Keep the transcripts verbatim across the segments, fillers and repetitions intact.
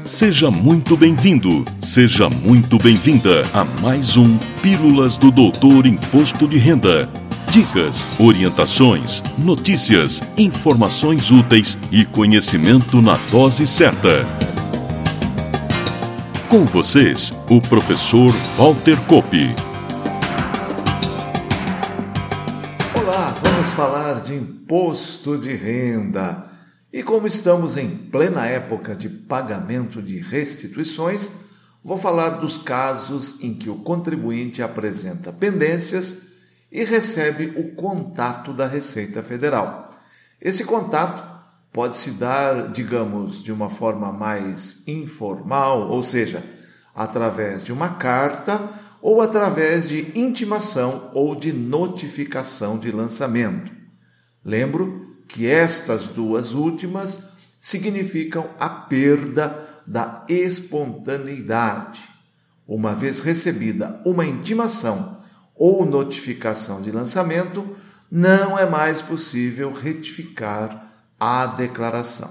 Seja muito bem-vindo, seja muito bem-vinda a mais um Pílulas do Doutor Imposto de Renda. Dicas, orientações, notícias, informações úteis e conhecimento na dose certa. Com vocês, o professor Walter Coppi. Olá, vamos falar de imposto de renda. E como estamos em plena época de pagamento de restituições, vou falar dos casos em que o contribuinte apresenta pendências e recebe o contato da Receita Federal. Esse contato pode se dar, digamos, de uma forma mais informal, ou seja, através de uma carta ou através de intimação ou de notificação de lançamento. Lembro que estas duas últimas significam a perda da espontaneidade. Uma vez recebida uma intimação ou notificação de lançamento, não é mais possível retificar a declaração.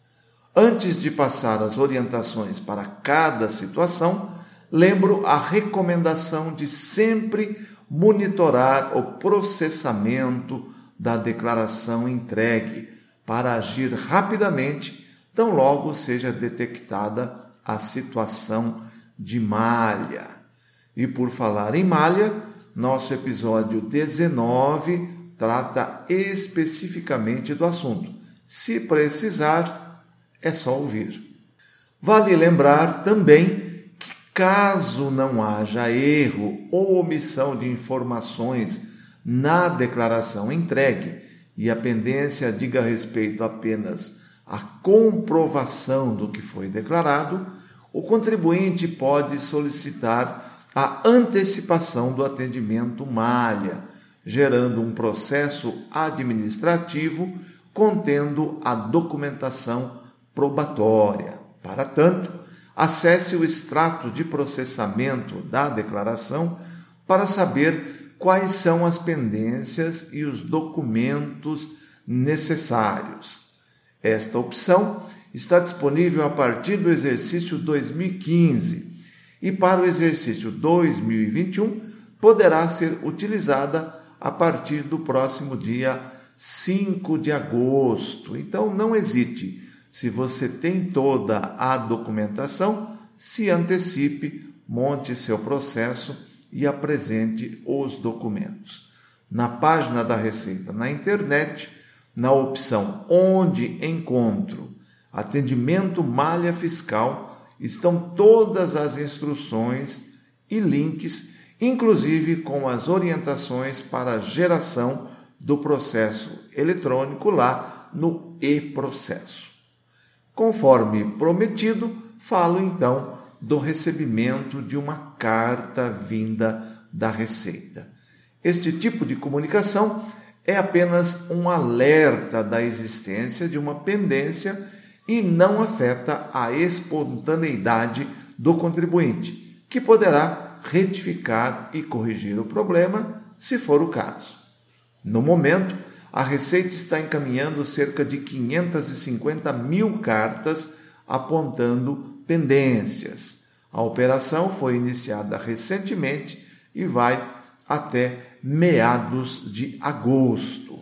Antes de passar as orientações para cada situação, lembro a recomendação de sempre monitorar o processamento da declaração entregue para agir rapidamente, tão logo seja detectada a situação de malha. E por falar em malha, nosso episódio dezenove trata especificamente do assunto. Se precisar, é só ouvir. Vale lembrar também que, caso não haja erro ou omissão de informações na declaração entregue e a pendência diga respeito apenas à comprovação do que foi declarado, o contribuinte pode solicitar a antecipação do atendimento malha, gerando um processo administrativo contendo a documentação probatória. Para tanto, acesse o extrato de processamento da declaração para saber quais são as pendências e os documentos necessários. Esta opção está disponível a partir do exercício dois mil e quinze e para o exercício dois mil e vinte e um poderá ser utilizada a partir do próximo dia cinco de agosto. Então não hesite, se você tem toda a documentação, se antecipe, monte seu processo e apresente os documentos. Na página da Receita na internet, na opção Onde Encontro Atendimento Malha Fiscal, estão todas as instruções e links, inclusive com as orientações para a geração do processo eletrônico lá no e-processo. Conforme prometido, falo então do recebimento de uma carta vinda da Receita. Este tipo de comunicação é apenas um alerta da existência de uma pendência e não afeta a espontaneidade do contribuinte, que poderá retificar e corrigir o problema, se for o caso. No momento, a Receita está encaminhando cerca de quinhentas e cinquenta mil cartas apontando pendências. A operação foi iniciada recentemente e vai até meados de agosto.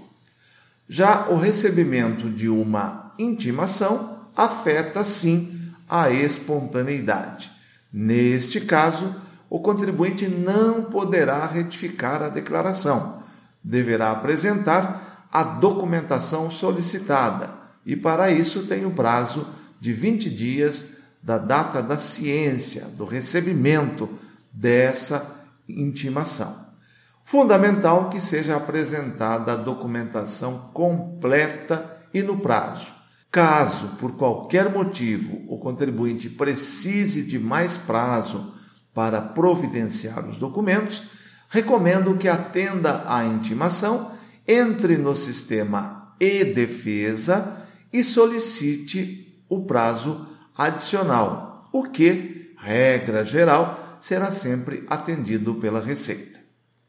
Já o recebimento de uma intimação afeta, sim, a espontaneidade. Neste caso, o contribuinte não poderá retificar a declaração. Deverá apresentar a documentação solicitada e, para isso, tem o prazo de vinte dias da data da ciência do recebimento dessa intimação. Fundamental que seja apresentada a documentação completa e no prazo. Caso, por qualquer motivo, o contribuinte precise de mais prazo para providenciar os documentos, recomendo que atenda à intimação, entre no sistema e-defesa e solicite o prazo adicional, o que, regra geral, será sempre atendido pela Receita.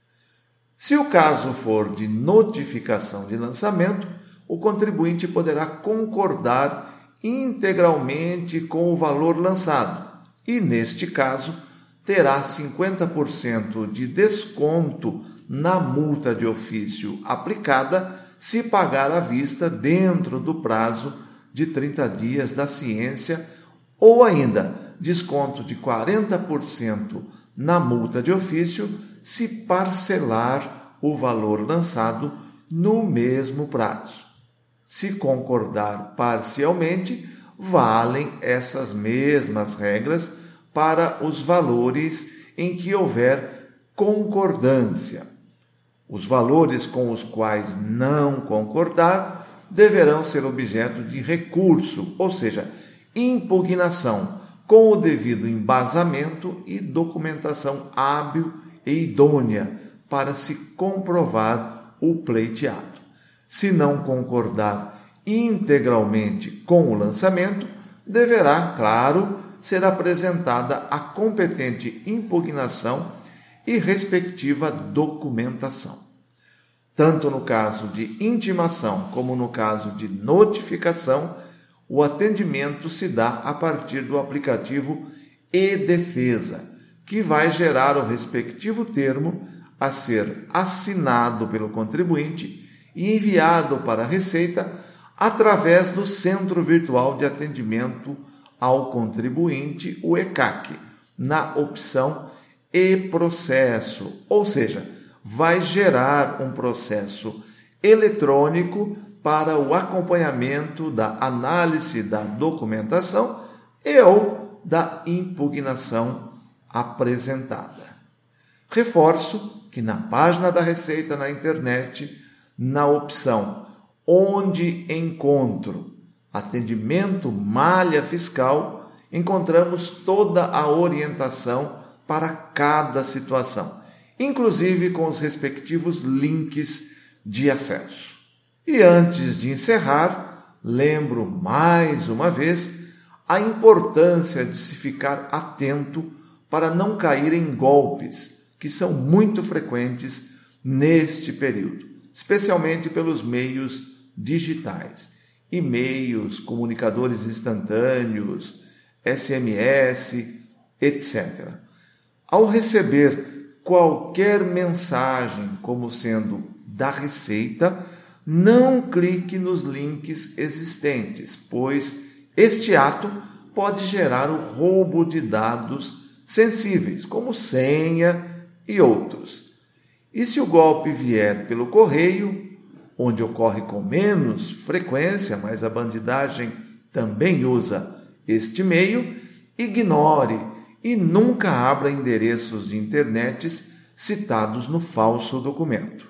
Se o caso for de notificação de lançamento, o contribuinte poderá concordar integralmente com o valor lançado e, neste caso, terá cinquenta por cento de desconto na multa de ofício aplicada se pagar à vista dentro do prazo de trinta dias da ciência, ou ainda desconto de quarenta por cento na multa de ofício se parcelar o valor lançado no mesmo prazo. Se concordar parcialmente, valem essas mesmas regras para os valores em que houver concordância. Os valores com os quais não concordar deverão ser objeto de recurso, ou seja, impugnação, com o devido embasamento e documentação hábil e idônea para se comprovar o pleiteado. Se não concordar integralmente com o lançamento, deverá, claro, ser apresentada a competente impugnação e respectiva documentação. Tanto no caso de intimação como no caso de notificação, o atendimento se dá a partir do aplicativo e-Defesa, que vai gerar o respectivo termo a ser assinado pelo contribuinte e enviado para a Receita através do Centro Virtual de Atendimento ao Contribuinte, o E C A C, na opção e-Processo, ou seja, vai gerar um processo eletrônico para o acompanhamento da análise da documentação e ou da impugnação apresentada. Reforço que na página da Receita na internet, na opção Onde Encontro Atendimento Malha Fiscal, encontramos toda a orientação para cada situação, inclusive com os respectivos links de acesso. E antes de encerrar, lembro mais uma vez a importância de se ficar atento para não cair em golpes, que são muito frequentes neste período, especialmente pelos meios digitais, e-mails, comunicadores instantâneos, S M S, etcétera. Ao receber qualquer mensagem como sendo da Receita, não clique nos links existentes, pois este ato pode gerar o roubo de dados sensíveis, como senha e outros. E se o golpe vier pelo correio, onde ocorre com menos frequência, mas a bandidagem também usa este meio, ignore e nunca abra endereços de internet citados no falso documento.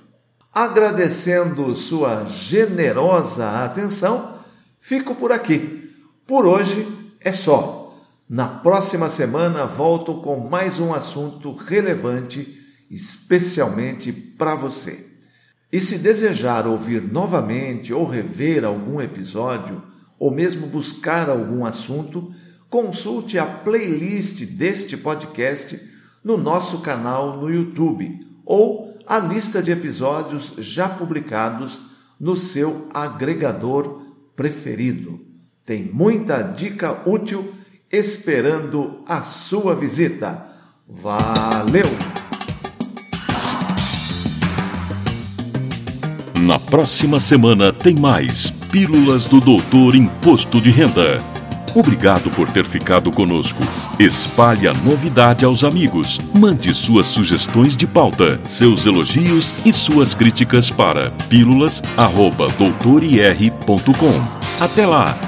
Agradecendo sua generosa atenção, fico por aqui. Por hoje é só. Na próxima semana volto com mais um assunto relevante, especialmente para você. E se desejar ouvir novamente ou rever algum episódio, ou mesmo buscar algum assunto, consulte a playlist deste podcast no nosso canal no YouTube ou a lista de episódios já publicados no seu agregador preferido. Tem muita dica útil esperando a sua visita. Valeu! Na próxima semana tem mais Pílulas do Doutor Imposto de Renda. Obrigado por ter ficado conosco. Espalhe a novidade aos amigos. Mande suas sugestões de pauta, seus elogios e suas críticas para pílulas arroba doutor i r ponto com. Até lá!